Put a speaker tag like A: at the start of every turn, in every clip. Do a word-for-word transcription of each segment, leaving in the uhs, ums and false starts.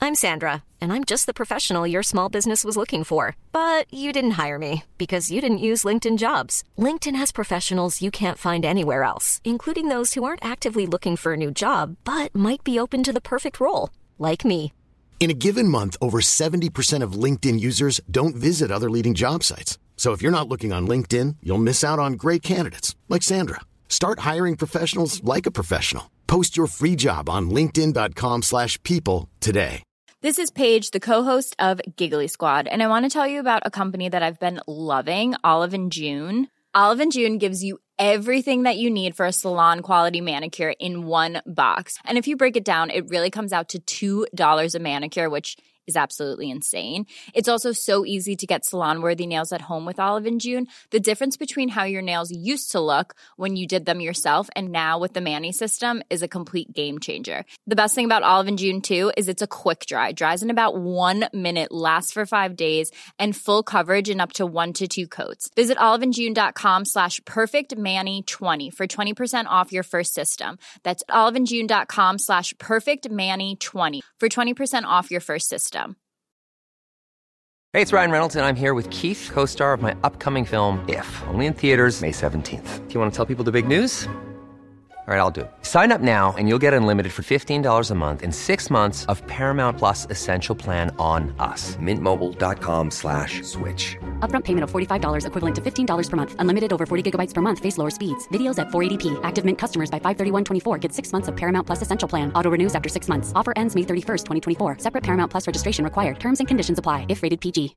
A: I'm Sandra, and I'm just the professional your small business was looking for. But you didn't hire me because you didn't use LinkedIn Jobs. LinkedIn has professionals you can't find anywhere else, including those who aren't actively looking for a new job, but might be open to the perfect role, like me.
B: In a given month, over seventy percent of LinkedIn users don't visit other leading job sites. So if you're not looking on LinkedIn, you'll miss out on great candidates like Sandra. Start hiring professionals like a professional. Post your free job on linkedin dot com slash people today.
C: This is Paige, the co-host of Giggly Squad, and I want to tell you about a company that I've been loving, Olive and June. Olive and June gives you everything that you need for a salon-quality manicure in one box. And if you break it down, it really comes out to two dollars a manicure, which is absolutely insane. It's also so easy to get salon-worthy nails at home with Olive and June. The difference between how your nails used to look when you did them yourself and now with the Mani system is a complete game changer. The best thing about Olive and June, too, is it's a quick dry. Dries in about one minute, lasts for five days, and full coverage in up to one to two coats. Visit oliveandjune.com slash perfectmani20 for twenty percent off your first system. That's oliveandjune.com slash perfectmani20 for twenty percent off your first system.
D: Hey, it's Ryan Reynolds, and I'm here with Keith, co-star of my upcoming film, If, only in theaters May seventeenth. Do you want to tell people the big news? All right, I'll do it. Sign up now and you'll get unlimited for fifteen dollars a month and six months of Paramount Plus Essential Plan on us. Mint Mobile dot com slash switch.
E: Upfront payment of forty-five dollars equivalent to fifteen dollars per month. Unlimited over forty gigabytes per month. Face lower speeds. Videos at four eighty p. Active Mint customers by five thirty-one twenty-four get six months of Paramount Plus Essential Plan. Auto renews after six months. Offer ends May thirty-first, twenty twenty-four. Separate Paramount Plus registration required. Terms and conditions apply if rated P G.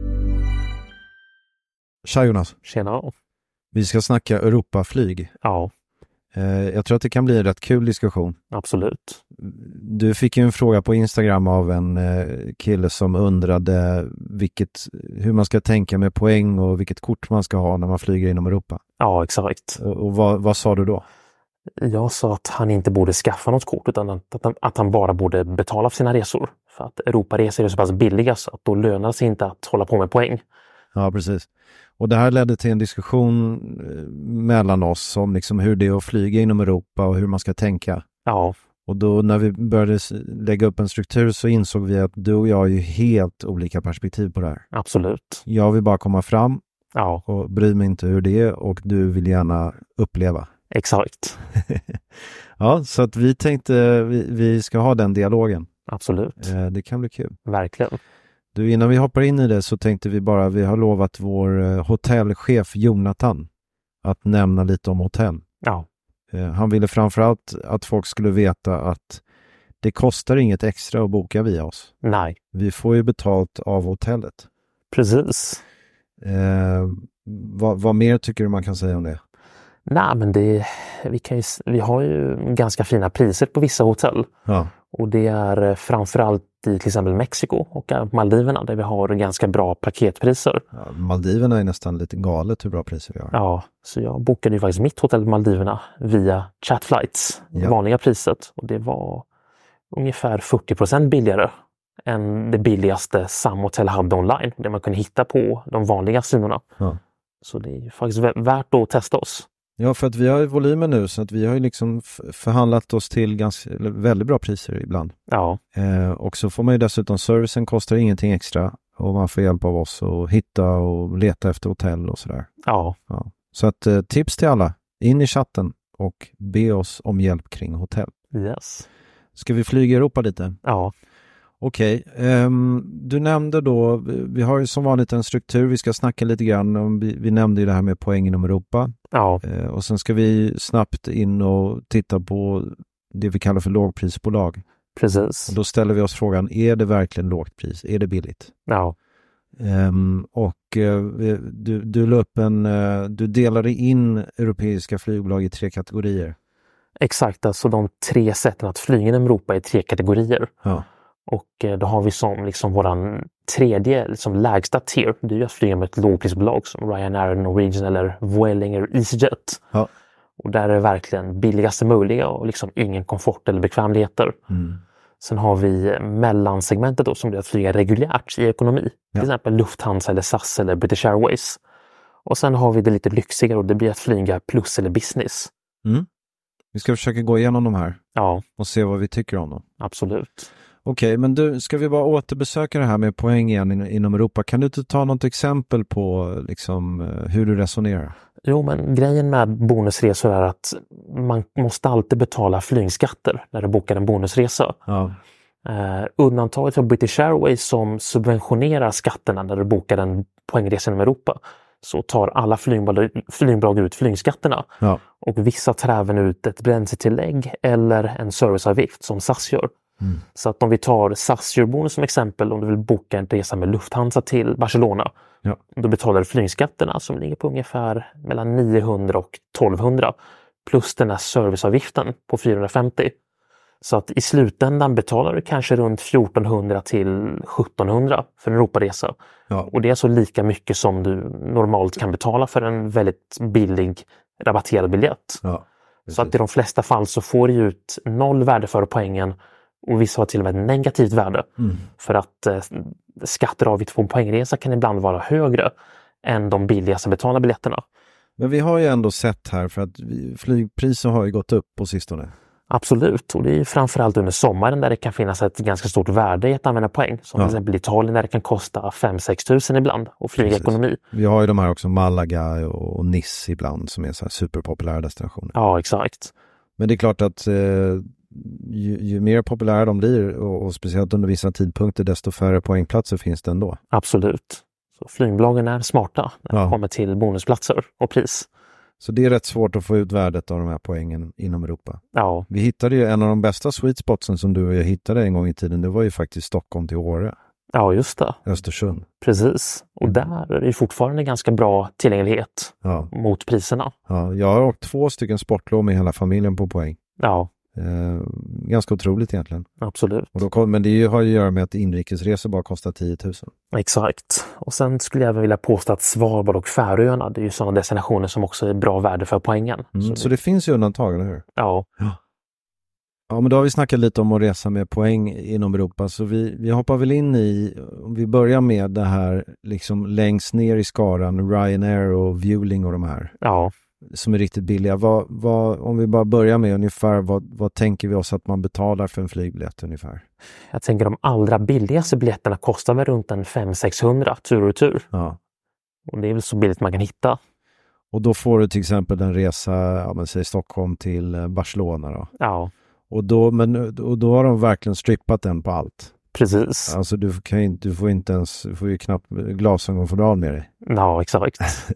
F: Tja Jonas.
G: Tjena.
F: Vi ska snacka Europaflyg.
G: Ja.
F: Eh, jag tror att det kan bli en rätt kul diskussion.
G: Absolut.
F: Du fick ju en fråga på Instagram av en eh, kille som undrade vilket, hur man ska tänka med poäng och vilket kort man ska ha när man flyger inom Europa.
G: Ja, exakt.
F: Och, och vad, vad sa du då?
G: Jag sa att han inte borde skaffa något kort utan att, att, han, att han bara borde betala för sina resor. För att Europaresor är så pass billiga så att då lönar det sig inte att hålla på med poäng.
F: Ja, precis. Och det här ledde till en diskussion mellan oss om liksom hur det är att flyga inom Europa och hur man ska tänka.
G: Ja.
F: Och då när vi började lägga upp en struktur så insåg vi att du och jag har ju helt olika perspektiv på det här.
G: Absolut.
F: Jag vill bara komma fram
G: ja.
F: och bry mig inte hur det är och du vill gärna uppleva.
G: Exakt.
F: Ja, så att vi tänkte vi, vi ska ha den dialogen.
G: Absolut.
F: Eh, det kan bli kul.
G: Verkligen.
F: Du, innan vi hoppar in i det så tänkte vi bara, vi har lovat vår eh, hotellchef Jonathan att nämna lite om hotell.
G: Ja.
F: Eh, han ville framförallt att folk skulle veta att det kostar inget extra att boka via oss.
G: Nej.
F: Vi får ju betalt av hotellet.
G: Precis.
F: Eh, vad, vad mer tycker du man kan säga om det?
G: Nej, men det, vi, kan ju, vi har ju ganska fina priser på vissa hotell.
F: Ja.
G: Och det är framförallt i till exempel Mexiko och Maldiverna där vi har ganska bra paketpriser.
F: Ja, Maldiverna är nästan lite galet hur bra priser vi har.
G: Ja, så jag bokade ju faktiskt mitt hotell i Maldiverna via Chatflights,
F: ja.
G: vanliga priset. Och det var ungefär fyrtio procent billigare än det billigaste Sam Hotel hade online. Det man kunde hitta på de vanliga sidorna.
F: Ja.
G: Så det är ju faktiskt värt att testa oss.
F: Ja, för att vi har ju volymen nu så att vi har ju liksom förhandlat oss till ganska, väldigt bra priser ibland.
G: Ja.
F: Eh, och så får man ju dessutom, servicen kostar ingenting extra och man får hjälp av oss att hitta och leta efter hotell och sådär.
G: Ja.
F: Ja. Så att eh, tips till alla, in i chatten och be oss om hjälp kring hotell.
G: Yes.
F: Ska vi flyga i Europa lite?
G: Ja.
F: Okej, okay. um, du nämnde då, vi har ju som vanligt en struktur, vi ska snacka lite grann om, vi, vi nämnde ju det här med poäng inom Europa.
G: Ja.
F: Uh, och sen ska vi snabbt in och titta på det vi kallar för lågprisbolag.
G: Precis.
F: Och då ställer vi oss frågan, är det verkligen lågt pris? Är det billigt?
G: Ja.
F: Um, och uh, du, du la upp en, uh, du delade in europeiska flygbolag i tre kategorier.
G: Exakt, alltså de tre sätten att flyga inom Europa är tre kategorier.
F: Ja.
G: Och då har vi som liksom våran tredje liksom lägsta tier, det är ju att flyga med ett lågprisbolag som Ryanair, Norwegian eller Vueling eller EasyJet.
F: Ja.
G: Och där är det verkligen billigaste möjliga och liksom ingen komfort eller bekvämligheter.
F: Mm.
G: Sen har vi mellansegmentet då som blir att flyga reguljärt i ekonomi.
F: Ja.
G: Till exempel Lufthansa eller S A S eller British Airways. Och sen har vi det lite lyxigare och det blir att flyga plus eller business.
F: Mm. Vi ska försöka gå igenom de här.
G: Ja.
F: Och se vad vi tycker om dem.
G: Absolut.
F: Okej, okay, men du, ska vi bara återbesöka det här med poäng igen in, inom Europa? Kan du inte ta något exempel på liksom, hur du resonerar?
G: Jo, men grejen med bonusresor är att man måste alltid betala flygskatter när du bokar en bonusresa.
F: Ja.
G: Uh, undantaget för British Airways som subventionerar skatterna när du bokar en poängresa inom Europa, så tar alla flygbolag, flygbolag ut flygskatterna.
F: Ja.
G: Och vissa tar även ut ett bränsletillägg eller en serviceavgift som S A S gör. Mm. Så att om vi tar S A S-bonus som exempel, om du vill boka en resa med Lufthansa till Barcelona,
F: ja.
G: Då betalar du flygskatterna som ligger på ungefär mellan niohundra och tolvhundra plus den här serviceavgiften på fyrahundrafemtio. Så att i slutändan betalar du kanske runt fjortonhundra till sjuttonhundra för en Europaresa.
F: Ja.
G: Och det är så lika mycket som du normalt kan betala för en väldigt billig rabatterad biljett.
F: Ja,
G: så att i de flesta fall så får du ut noll värde för poängen och vissa har till och med ett negativt värde. Mm. För att eh, skatter och avgift på en poängresa kan ibland vara högre än de billigaste betalda biljetterna.
F: Men vi har ju ändå sett här, för att flygpriser har ju gått upp på sistone.
G: Absolut, och det är framförallt under sommaren där det kan finnas ett ganska stort värde i att använda poäng. Som ja. Till exempel Italien där det kan kosta fem till sex tusen ibland och flyga ekonomi.
F: Vi har ju de här också, Malaga och Nice ibland som är så här superpopulära destinationer.
G: Ja, exakt.
F: Men det är klart att eh, ju, ju mer populära de blir och, och speciellt under vissa tidpunkter desto färre poängplatser finns det ändå.
G: Absolut. Så flygbolagen är smarta när det
F: ja.
G: kommer till bonusplatser och pris.
F: Så det är rätt svårt att få ut värdet av de här poängen inom Europa.
G: Ja.
F: Vi hittade ju en av de bästa sweet spotsen som du och jag hittade en gång i tiden. Det var ju faktiskt Stockholm till Åre.
G: Ja, just det.
F: Östersund.
G: Precis. Och där är det fortfarande ganska bra tillgänglighet
F: ja.
G: mot priserna.
F: Ja, jag har åkt två stycken sportlov med hela familjen på poäng.
G: Ja.
F: Eh, ganska otroligt egentligen.
G: Absolut.
F: Och då kom, men det har ju att göra med att inrikesresor bara kostar tio tusen.
G: Exakt. Och sen skulle jag vilja påstå att Svalbard och Färöarna, det är ju sådana destinationer som också är bra värde för poängen.
F: Mm, så,
G: så
F: det... det finns ju undantag, eller hur?
G: Ja.
F: ja. Ja, men då har vi snackat lite om att resa med poäng inom Europa. Så vi, vi hoppar väl in i, om vi börjar med det här liksom längst ner i skaran, Ryanair och Vueling och de här.
G: Ja.
F: Som är riktigt billiga. Vad, vad, om vi bara börjar med ungefär, vad, vad tänker vi oss att man betalar för en flygbiljett ungefär?
G: Jag tänker de allra billigaste biljetterna kostar väl runt en fem till sexhundra tur och tur.
F: Ja.
G: Och det är väl så billigt man kan hitta.
F: Och då får du till exempel en resa, ja men säg Stockholm till Barcelona då.
G: Ja.
F: Och då, men, och då har de verkligen strippat den på allt.
G: Precis.
F: Alltså du, kan ju, du får inte ens, du får ju knappt glasögonfodral med dig.
G: Ja, exakt.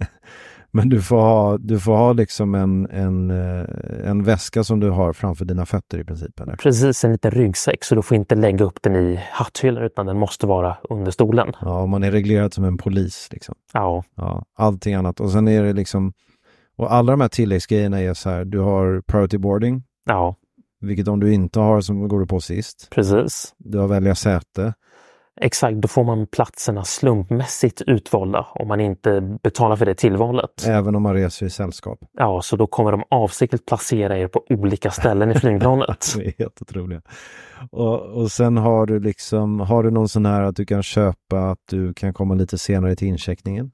F: Men du får ha, du får ha liksom en, en, en väska som du har framför dina fötter i princip. Eller?
G: Precis, en liten ryggsäck, så du får inte lägga upp den i hatthyllan utan den måste vara under stolen.
F: Ja, man är reglerad som en polis liksom.
G: Ja.
F: Ja, allting annat. Och sen är det liksom, och alla de här tilläggsgrejerna är så här, du har priority boarding.
G: Ja.
F: Vilket om du inte har så går du på sist.
G: Precis.
F: Du har välja säte.
G: Exakt, då får man platserna slumpmässigt utvalda om man inte betalar för det tillvalet.
F: Även om man reser i sällskap.
G: Ja, så då kommer de avsiktligt placera er på olika ställen i flygplanet.
F: Det är helt otroligt. Och, och sen har du liksom, har du någon sån här att du kan köpa att du kan komma lite senare till incheckningen?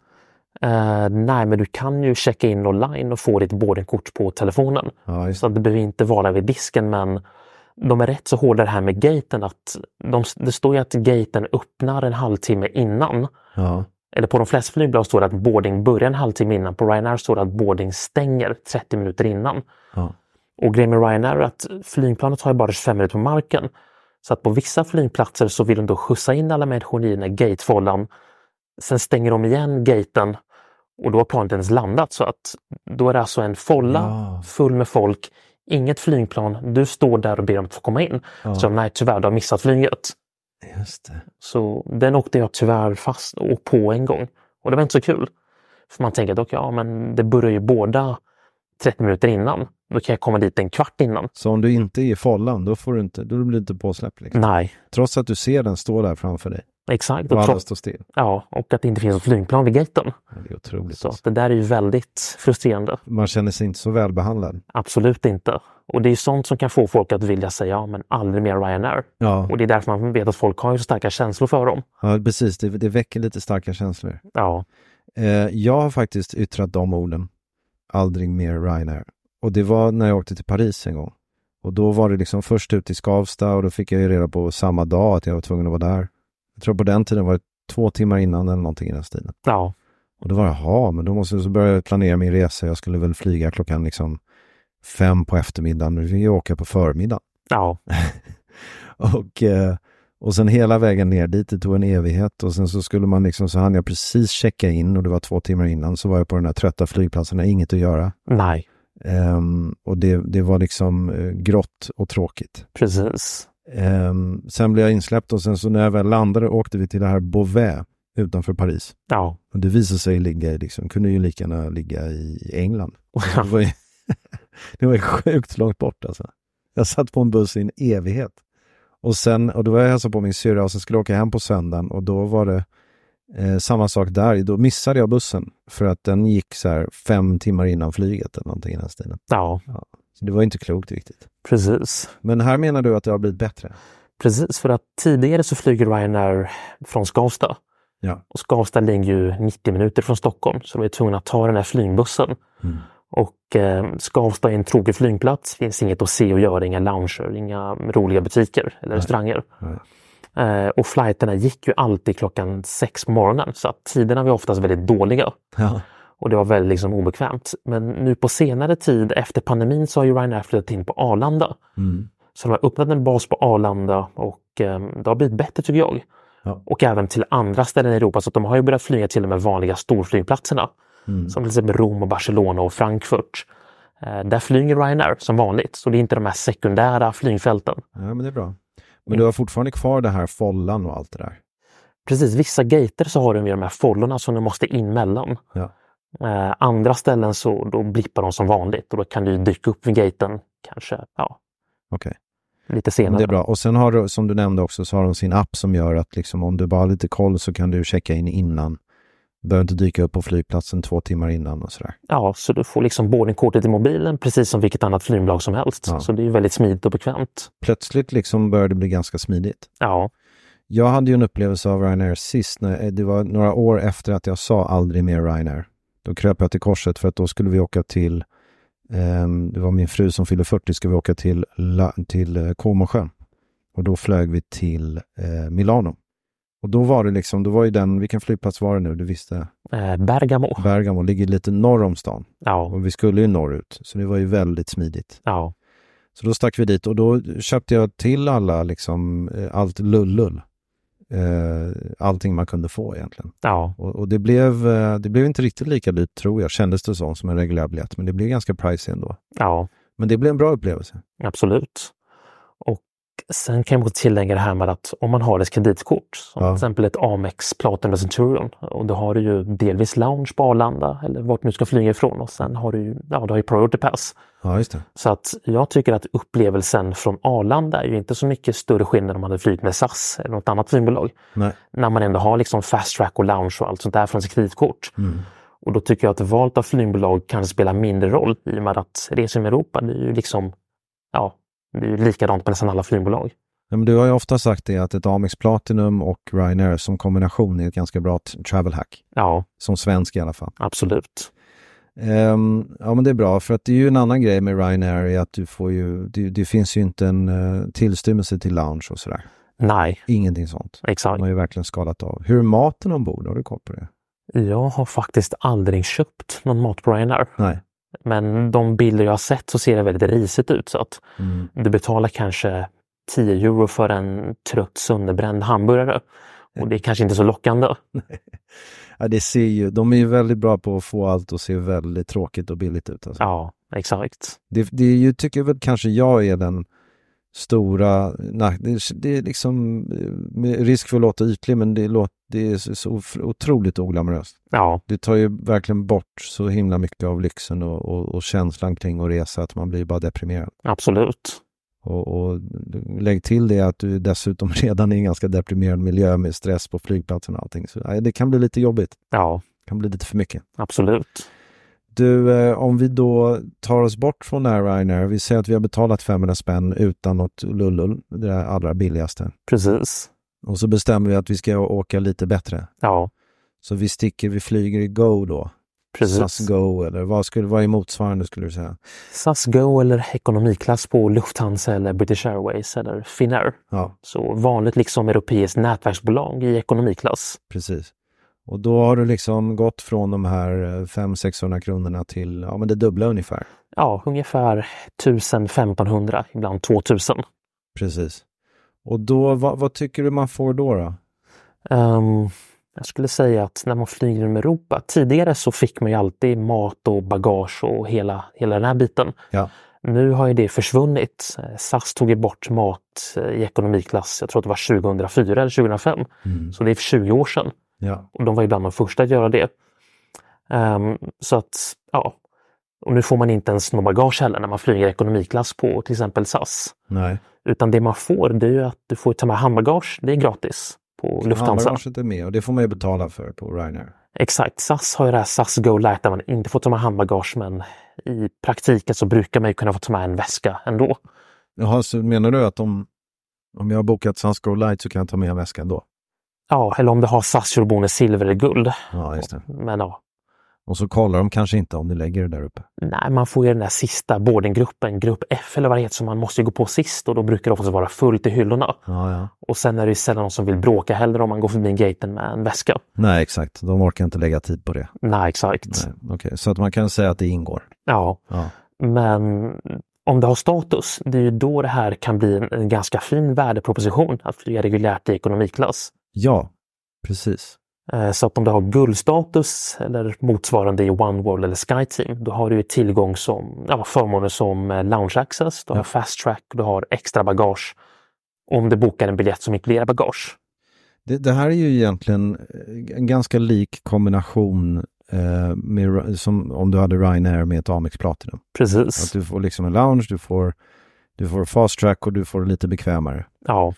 G: Uh, nej, men du kan ju checka in online och få ditt boardingkort på telefonen.
F: Ja,
G: så det behöver inte vara vid disken, men de är rätt så hårda det här med gaten att de, det står ju att gaten öppnar en halvtimme innan.
F: Ja.
G: Eller på de flesta flygbolag står det att boarding börjar en halvtimme innan. På Ryanair står det att boarding stänger trettio minuter innan.
F: Ja.
G: Och grejen med Ryanair är att flygplanet har ju bara tjugofem minuter på marken. Så att på vissa flygplatser så vill de då skjutsa in alla människor i den här gatefållan. Sen stänger de igen gaten och då har planet ens landat. Så att då är det alltså en folla
F: ja.
G: full med folk. Inget flygplan, du står där och ber dem att få komma in.
F: Ja.
G: Så nej, tyvärr, du har missat flyget.
F: Just det.
G: Så den åkte jag tyvärr fast och på en gång. Och det var inte så kul. För man tänker att ja, men det börjar ju båda trettio minuter innan. Då kan jag komma dit en kvart innan.
F: Så om du inte är i follan, då, får du inte, då blir du inte påsläppt? Liksom.
G: Nej.
F: Trots att du ser den stå där framför dig?
G: Exakt.
F: Och alla
G: trots,
F: står still?
G: Ja, och att det inte finns något flygplan vid gaten.
F: Ja, det är otroligt.
G: Så alltså. Det där är ju väldigt frustrerande.
F: Man känner sig inte så välbehandlad?
G: Absolut inte. Och det är sånt som kan få folk att vilja säga ja, men aldrig mer Ryanair.
F: Ja.
G: Och det är därför man vet att folk har ju så starka känslor för dem.
F: Ja, precis. Det, det väcker lite starka känslor.
G: Ja.
F: Eh, jag har faktiskt yttrat de orden. Aldrig mer Ryanair. Och det var när jag åkte till Paris en gång. Och då var det liksom först ut i Skavsta och då fick jag ju reda på samma dag att jag var tvungen att vara där. Jag tror på den tiden var det två timmar innan eller någonting i den stilen.
G: Ja.
F: Och då var jag, jaha, men då måste jag så börja planera min resa. Jag skulle väl flyga klockan liksom fem på eftermiddagen. Nu fick jag åka på förmiddagen.
G: Ja.
F: och, och sen hela vägen ner dit, det tog en evighet. Och sen så skulle man liksom, så hann jag precis checka in och det var två timmar innan. Så var jag på den här trötta flygplatsen, jag inget att göra.
G: Nej.
F: Um, och det, det var liksom uh, grått och tråkigt.
G: Precis.
F: Um, sen blev jag insläppt och sen så när jag väl landade åkte vi till det här Beauvais utanför Paris.
G: Ja.
F: Och det visade sig ligga i, liksom, kunde ju lika gärna ligga i England. Det var ju, det var ju sjukt långt bort alltså. Jag satt på en buss i en evighet. Och sen, och då var jag hälsade på min syrra och sen skulle jag åka hem på söndagen och då var det eh, samma sak där. Då missade jag bussen för att den gick så här fem timmar innan flyget eller någonting i den stilen.
G: Ja.
F: Ja. Så det var inte klokt riktigt.
G: Precis.
F: Men här menar du att det har blivit bättre?
G: Precis, för att tidigare så flyger Ryanair från Skavsta.
F: Ja.
G: Och Skavsta ligger ju nittio minuter från Stockholm så vi är tvungna att ta den här flygbussen. Mm. Och eh, Skavsta är en tråkig flygplats. Finns inget att se och göra, inga lounger, inga roliga butiker eller Nej. restauranger. Nej. Eh, och flighterna gick ju alltid klockan sex på morgonen så att tiderna var oftast väldigt dåliga.
F: Ja.
G: Och det var väldigt liksom obekvämt. Men nu på senare tid efter pandemin så har ju Ryanair flyttat in på Arlanda. Mm. Så de har öppnat en bas på Arlanda och eh, det har blivit bättre tycker jag. Ja. Och även till andra ställen i Europa så att de har ju börjat flyga till och med vanliga storflygplatserna. Mm. Som till exempel Rom och Barcelona och Frankfurt. Eh, där flyger Ryanair som vanligt. Så det är inte de här sekundära flygfälten.
F: Ja, men det är bra. Men du har fortfarande kvar det här follan och allt det där?
G: Precis, vissa gater så har de ju de här follorna som de måste in mellan.
F: Ja.
G: Eh, andra ställen så då blippar de som vanligt. Och då kan du dyka upp vid gaten kanske, ja.
F: Okej. Okay.
G: Lite senare.
F: Det är bra. Och sen har du, som du nämnde också, så har de sin app som gör att liksom, om du bara har lite koll så kan du checka in innan. Du behöver inte dyka upp på flygplatsen två timmar innan och sådär.
G: Ja, så du får liksom boardingkortet i mobilen precis som vilket annat flygbolag som helst. Ja. Så det är ju väldigt smidigt och bekvämt.
F: Plötsligt liksom började det bli ganska smidigt.
G: Ja.
F: Jag hade ju en upplevelse av Ryanair sist. När, det var några år efter att jag sa aldrig mer Ryanair. Då kröp jag till korset för att då skulle vi åka till Um, det var min fru som fyllde fyrtio, ska vi åka till, La, till uh, Comosjön. Och då flög vi till uh, Milano. Och då var det liksom, då var ju den, vilken flygplats var det nu, du visste?
G: Eh, Bergamo.
F: Bergamo, ligger lite norr om stan.
G: Ja.
F: Och vi skulle ju norrut, så det var ju väldigt smidigt.
G: Ja.
F: Så då stack vi dit och då köpte jag till alla liksom, allt lullull. Uh, allting man kunde få egentligen.
G: Ja.
F: Och, och det, blev, uh, det blev inte riktigt lika dyrt tror jag. Kändes det som, som en reguljär biljett. Men det blev ganska pricey ändå.
G: Ja.
F: Men det blev en bra upplevelse.
G: Absolut. Och sen kan jag tillägga det här med att om man har ett kreditkort, som ja. till exempel ett Amex Platinum Centurion, och då har du ju delvis lounge på Arlanda eller vart du ska flyga ifrån och sen har du ju, ja, du har ju Priority Pass.
F: Ja, just det.
G: Så att jag tycker att upplevelsen från Arlanda är ju inte så mycket större skillnad om man hade flygit med S A S eller något annat flygbolag.
F: Nej.
G: När man ändå har liksom fast track och lounge och allt sånt där från sitt kreditkort. Mm. Och då tycker jag att valet av flygbolag kan spela mindre roll i och med att resor i Europa, det är ju liksom, ja, det är ju likadant på nästan alla flygbolag.
F: Ja, men du har ju ofta sagt det att ett Amex Platinum och Ryanair som kombination är ett ganska bra t- travel hack.
G: Ja.
F: Som svensk i alla fall.
G: Absolut.
F: Um, ja, men det är bra för att det är ju en annan grej med Ryanair är att du får ju, det, det finns ju inte en uh, tillstymmelse till lounge och sådär.
G: Nej.
F: Ingenting sånt.
G: Exakt.
F: De har ju verkligen skalat av. Hur är maten ombord? Har du koll på det?
G: Jag har faktiskt aldrig köpt någon mat på Ryanair.
F: Nej.
G: Men de bilder jag har sett så ser det väldigt risigt ut så att
F: mm.
G: du betalar kanske tio euro för en trött sönderbränd hamburgare. Och det är kanske inte så lockande.
F: Ja, det ser ju, de är ju väldigt bra på att få allt att se väldigt tråkigt och billigt ut. Alltså.
G: Ja, exakt.
F: Det, det är ju, tycker väl kanske jag är den stora, nej, det, det är liksom med risk för att låta ytlig, men det, låter, det är så, så otroligt oglamoröst.
G: Ja.
F: Det tar ju verkligen bort så himla mycket av lyxen och, och, och känslan kring att resa att man blir bara deprimerad.
G: Absolut.
F: Och, och lägg till det att du dessutom redan är i en ganska deprimerad miljö med stress på flygplatsen och allting. Så nej, det kan bli lite jobbigt.
G: Ja.
F: Det kan bli lite för mycket.
G: Absolut.
F: Du, eh, om vi då tar oss bort från Air Ryanair, vi säger att vi har betalat femhundra spänn utan något lullull, det där allra billigaste.
G: Precis.
F: Och så bestämmer vi att vi ska åka lite bättre.
G: Ja.
F: Så vi sticker, vi flyger i Go då.
G: Precis.
F: S A S Go eller vad, skulle, vad är motsvarande skulle du säga?
G: S A S Go eller ekonomiklass på Lufthansa eller British Airways eller Finnair.
F: Ja.
G: Så vanligt liksom europeiskt nätverksbolag i ekonomiklass.
F: Precis. Och då har du liksom gått från de här fem sexhundra kronorna till ja, men det dubbla ungefär.
G: Ja, ungefär tusen femtonhundra, ibland tvåtusen.
F: Precis. Och då, vad, vad tycker du man får då då?
G: Um, jag skulle säga att när man flyger genom Europa, tidigare så fick man ju alltid mat och bagage och hela, hela den här biten.
F: Ja.
G: Nu har ju det försvunnit. S A S tog ju bort mat i ekonomiklass, jag tror att det var tjugohundrafyra eller tjugohundrafem. Mm. Så det är för tjugo år sedan.
F: Ja.
G: Och de var ju bland de första att göra det. Um, så att, ja. Och nu får man inte ens någon bagage heller när man flyger ekonomiklass på till exempel S A S.
F: Nej.
G: Utan det man får, det är ju att du får ta med handbagage, det är gratis på Lufthansa.
F: Handbagaget är med och det får man ju betala för på Ryanair.
G: Exakt, S A S har ju det här S A S Go Lite där man inte får ta med handbagage, men i praktiken så brukar man ju kunna få ta med en väska ändå.
F: Jaha, så menar du att om, om jag har bokat S A S Go Lite så kan jag ta med en väska ändå?
G: Ja, eller om du har S A S Eurobonus silver eller guld.
F: Ja, just det.
G: Men ja.
F: Och så kollar de kanske inte om ni lägger det där uppe.
G: Nej, man får ju den där sista boardinggruppen, grupp F eller vad det heter, som man måste ju gå på sist och då brukar det också vara fullt i hyllorna.
F: Ja, ja.
G: Och sen är det ju sällan någon som vill bråka heller om man går förbi gaten med en väska.
F: Nej, exakt. De orkar inte lägga tid på det.
G: Nej, exakt.
F: Nej, okej. Okay. Så att man kan säga att det ingår.
G: Ja.
F: ja,
G: men om det har status, det är ju då det här kan bli en, en ganska fin värdeproposition att flyga reguljärt i ekonomiklass.
F: Ja, precis.
G: Så att om du har guldstatus eller motsvarande i Oneworld eller SkyTeam, då har du ju tillgång som ja, förmåner som lounge access, du har ja. fast track, du har extra bagage om du bokar en biljett som inkluderar bagage.
F: Det, det här är ju egentligen en ganska lik kombination eh, med, som om du hade Ryanair med ett Amex Platinum.
G: Precis.
F: Att du får liksom en lounge, du får, du får fast track och du får lite bekvämare.
G: Ja.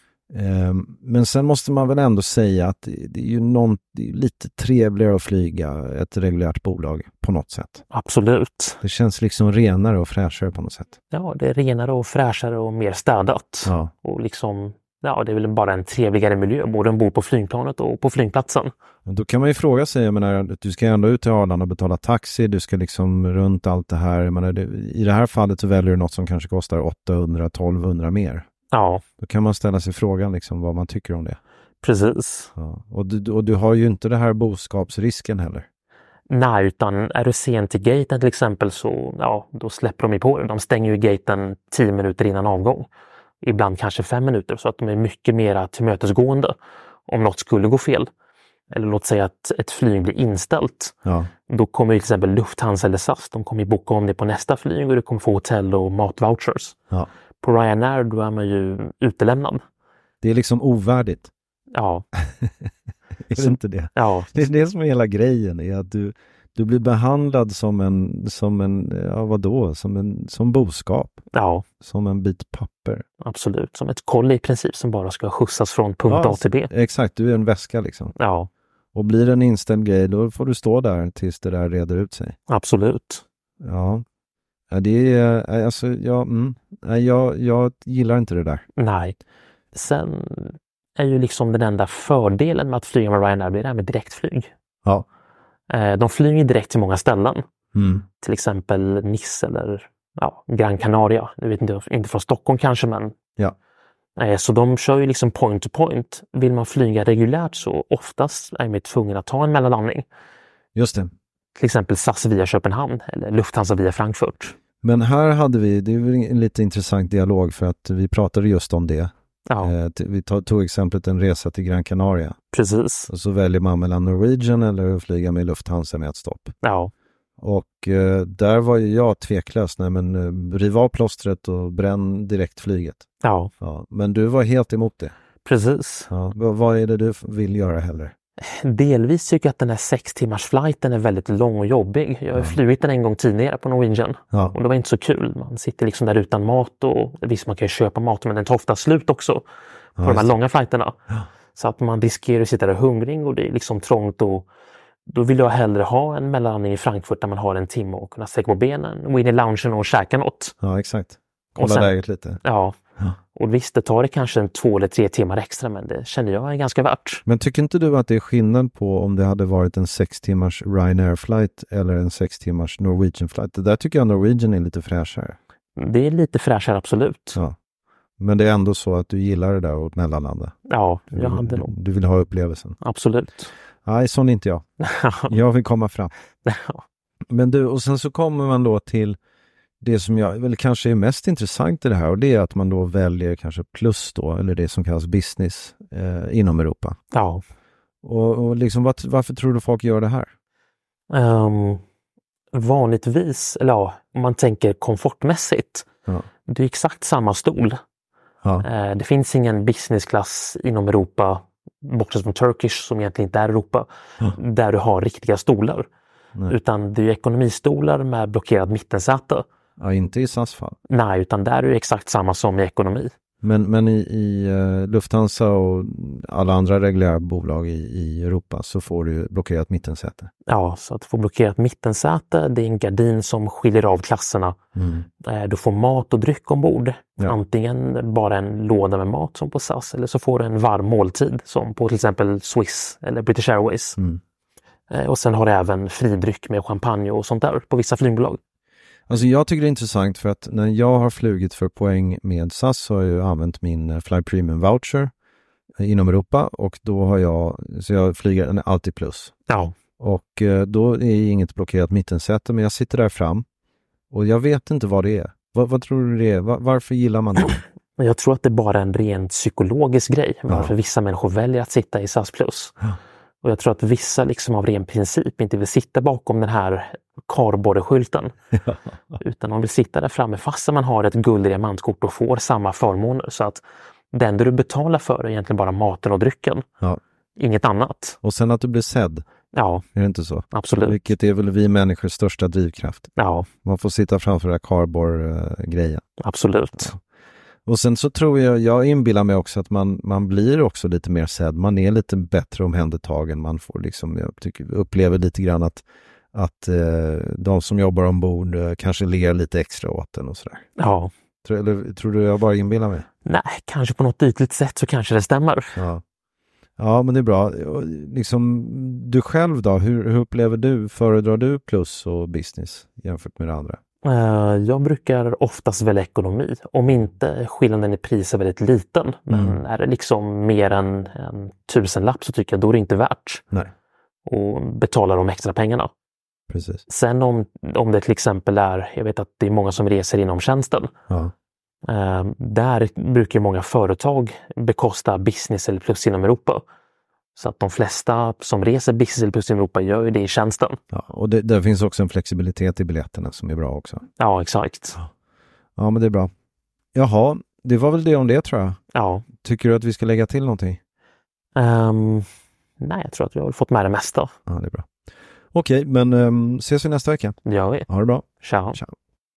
F: Men sen måste man väl ändå säga att det är ju någon, det är lite trevligare att flyga ett reguljärt bolag på något sätt.
G: Absolut.
F: Det känns liksom renare och fräschare på något sätt.
G: Ja, det är renare och fräschare och mer städat.
F: Ja.
G: Och liksom, ja, det är väl bara en trevligare miljö, både ombord på flygplanet och på flygplatsen.
F: Men då kan man ju fråga sig, jag menar, du ska ändå ut till Arlanda och betala taxi, du ska liksom runt allt det här. Jag menar, det, i det här fallet så väljer du något som kanske kostar åttahundra till tolvhundra mer.
G: Ja.
F: Då kan man ställa sig frågan liksom vad man tycker om det.
G: Precis.
F: Ja. Och, du, och du har ju inte det här boskapsrisken heller.
G: Nej, utan är du sen till gaten till exempel så ja, då släpper de ju på det. De stänger ju gaten tio minuter innan avgång. Ibland kanske fem minuter, så att de är mycket mer tillmötesgående om något skulle gå fel. Eller låt säga att ett flyg blir inställt.
F: Ja.
G: Då kommer ju till exempel Lufthansa eller S A S, de kommer ju boka om det på nästa flyg och du kommer få hotell och matvouchers.
F: Ja.
G: På Ryanair då är man ju utelämnad.
F: Det är liksom ovärdigt.
G: Ja.
F: Är det inte det?
G: Ja.
F: Det är det som är hela grejen, är att du, du blir behandlad som en, som en, ja vadå, som en, som boskap.
G: Ja.
F: Som en bit papper.
G: Absolut, som ett kolli i princip som bara ska skjutsas från punkt
F: ja,
G: A till B.
F: Exakt, du är en väska liksom.
G: Ja.
F: Och blir det en inställd grej, då får du stå där tills det där reder ut sig.
G: Absolut.
F: Ja. Ja, det är, alltså, ja, mm, jag, jag gillar inte det där.
G: Nej. Sen är ju liksom den enda fördelen med att flyga med Ryanair det här med direktflyg.
F: Ja.
G: De flyger direkt till många ställen.
F: Mm.
G: Till exempel Nice eller ja, Gran Canaria. Jag vet inte, inte från Stockholm kanske, men
F: ja.
G: Så de kör ju liksom point to point. Vill man flyga reguljärt så oftast är man tvungen att ta en mellanlandning.
F: Just det.
G: Till exempel S A S via Köpenhamn eller Lufthansa via Frankfurt.
F: Men här hade vi, det är väl en lite intressant dialog för att vi pratade just om det.
G: Ja.
F: Eh, vi tog, tog exemplet en resa till Gran Canaria.
G: Precis.
F: Och så väljer man mellan Norwegian eller att flyga med Lufthansa med ett stopp.
G: Ja.
F: Och eh, där var ju jag tveklös, nej men eh, riv av plåstret och bränn direktflyget.
G: Ja.
F: Ja. Men du var helt emot det.
G: Precis.
F: Ja. V- vad är det du vill göra heller?
G: Delvis tycker jag att den här sex timmars flighten är väldigt lång och jobbig. Jag har ja. flugit den en gång tidigare på Norwegian.
F: Ja.
G: Och det var inte så kul. Man sitter liksom där utan mat och visst man kan ju köpa mat, men den tar ofta slut också på ja, de här långa flighterna.
F: Ja.
G: Så att man riskerar att sitta där hungrig och det är liksom trångt, och då vill jag hellre ha en mellanlandning i Frankfurt där man har en timme och kunna sträcka på benen, gå in i loungen och käka något.
F: Ja, exakt. Kolla
G: sen,
F: läget lite.
G: Ja,
F: Ja.
G: Och visst, det tar det kanske en två eller tre timmar extra, men det känner jag är ganska värt.
F: Men tycker inte du att det är skillnad på om det hade varit en sex timmars Ryanair flight eller en sex timmars Norwegian flight? Det där tycker jag Norwegian är lite fräschare.
G: Det är lite fräschare, absolut.
F: Ja. Men det är ändå så att du gillar det där åt mellanlanda.
G: Ja, jag
F: du,
G: hade nog.
F: Du vill ha upplevelsen.
G: Absolut.
F: Nej, sån är inte jag. Jag vill komma fram. Men du, och sen så kommer man då till det som jag väl kanske är mest intressant i det här, och det är att man då väljer kanske plus då, eller det som kallas business eh, inom Europa.
G: Ja.
F: Och, och liksom, var, varför tror du folk gör det här?
G: Um, vanligtvis, eller ja, om man tänker komfortmässigt,
F: Ja.
G: det är exakt samma stol.
F: Ja.
G: Eh, det finns ingen businessklass inom Europa, bortsett från Turkish som egentligen inte är Europa,
F: Ja.
G: där du har riktiga stolar.
F: Nej.
G: Utan det är ekonomistolar med blockerad mittensäte.
F: Ja, inte i S A S fall.
G: Nej, utan där är det exakt samma som i ekonomi.
F: Men, men i, i uh, Lufthansa och alla andra reguljära bolag i, i Europa så får du blockerat mittensäte.
G: Ja, så att få blockerat mittensäte, det är en gardin som skiljer av klasserna.
F: Mm.
G: Eh, du får mat och dryck ombord.
F: Ja.
G: Antingen bara en låda med mat som på S A S, eller så får du en varm måltid som på till exempel Swiss eller British Airways.
F: Mm.
G: Eh, och sen har du även fridryck med champagne och sånt där på vissa flygbolag.
F: Alltså jag tycker det är intressant för att när jag har flugit för poäng med S A S så har jag använt min Fly Premium voucher inom Europa, och då har jag, så jag flyger alltid plus.
G: Ja.
F: Och då är det inget blockerat mittensäte, men jag sitter där fram och jag vet inte vad det är. Vad, vad tror du det är? Var, varför gillar man det?
G: Jag tror att det är bara en rent psykologisk grej, varför
F: Ja.
G: vissa människor väljer att sitta i S A S plus.
F: Ja.
G: Och jag tror att vissa liksom av ren princip inte vill sitta bakom den här kardborreskylten.
F: Ja.
G: Utan de vill sitta där framme fast man har ett gulddiamantkort och får samma förmåner. Så att den du betalar för är egentligen bara maten och drycken.
F: Ja.
G: Inget annat.
F: Och sen att du blir sedd,
G: Ja,
F: är det inte så?
G: absolut.
F: Vilket är väl vi människors största drivkraft.
G: Ja,
F: Man får sitta framför den här kardborr-grejen.
G: absolut.
F: Ja. Och sen så tror jag, jag inbillar mig också att man, man blir också lite mer sedd. Man är lite bättre omhändertagen. Man får liksom, jag tycker, upplever lite grann att, att eh, de som jobbar ombord eh, kanske ler lite extra åt den och sådär.
G: Ja.
F: Tror, eller, tror du jag bara inbillar mig?
G: Nej, kanske på något ytligt sätt så kanske det stämmer.
F: Ja, ja men det är bra. Och liksom, du själv då, hur, hur upplever du, föredrar du plus och business jämfört med det andra?
G: Jag brukar oftast välja ekonomi. Om inte skillnaden i pris är väldigt liten. Men
F: Mm.
G: är det liksom mer än en tusenlapp så tycker jag då är det inte värt.
F: Nej.
G: Och betala de extra pengarna.
F: Precis.
G: Sen om, om det till exempel är, jag vet att det är många som reser inom tjänsten.
F: Ja.
G: Eh, där brukar många företag bekosta business eller plus inom Europa. Så att de flesta som reser business eller plus inom Europa gör ju det i tjänsten.
F: Ja, och det, där finns också en flexibilitet i biljetterna som är bra också.
G: Ja, exakt.
F: Ja, men det är bra. Jaha, det var väl det om det tror jag.
G: Ja.
F: Tycker du att vi ska lägga till någonting?
G: Um, nej, jag tror att vi har fått med det mesta.
F: Ja, det är bra. Okej, men um, ses vi nästa vecka.
G: Det gör vi.
F: Ha det bra.
G: Ciao.
F: Ciao.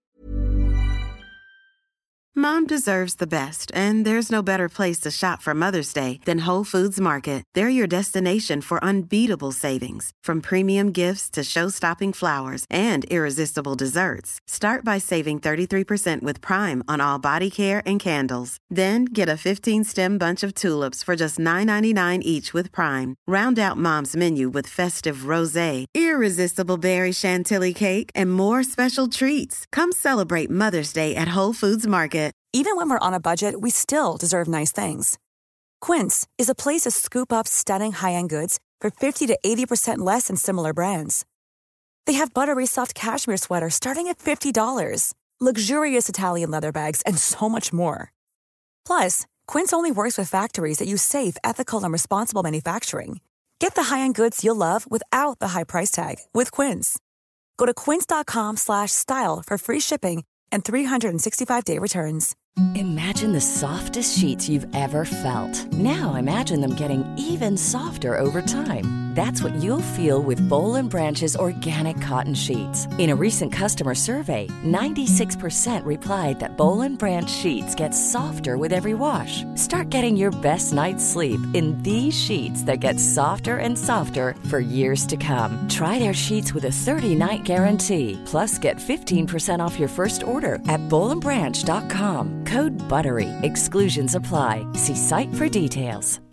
H: Mom deserves the best, and there's no better place to shop for Mother's Day than Whole Foods Market. They're your destination for unbeatable savings, from premium gifts to show-stopping flowers and irresistible desserts. Start by saving thirty-three percent with Prime on all body care and candles. Then get a fifteen-stem bunch of tulips for just nine ninety-nine each with Prime. Round out Mom's menu with festive rosé, irresistible berry chantilly cake, and more special treats. Come celebrate Mother's Day at Whole Foods Market.
I: Even when we're on a budget, we still deserve nice things. Quince is a place to scoop up stunning high-end goods for fifty to eighty percent less than similar brands. They have buttery soft cashmere sweaters starting at fifty dollars, luxurious Italian leather bags, and so much more. Plus, Quince only works with factories that use safe, ethical, and responsible manufacturing. Get the high-end goods you'll love without the high price tag with Quince. Go to quince.com slash style for free shipping and three sixty-five day returns.
J: Imagine the softest sheets you've ever felt. Now imagine them getting even softer over time. That's what you'll feel with Bowl and Branch's organic cotton sheets. In a recent customer survey, ninety-six percent replied that Bowl and Branch sheets get softer with every wash. Start getting your best night's sleep in these sheets that get softer and softer for years to come. Try their sheets with a thirty-night guarantee. Plus, get fifteen percent off your first order at bowl and branch dot com. Code BUTTERY. Exclusions apply. See site for details.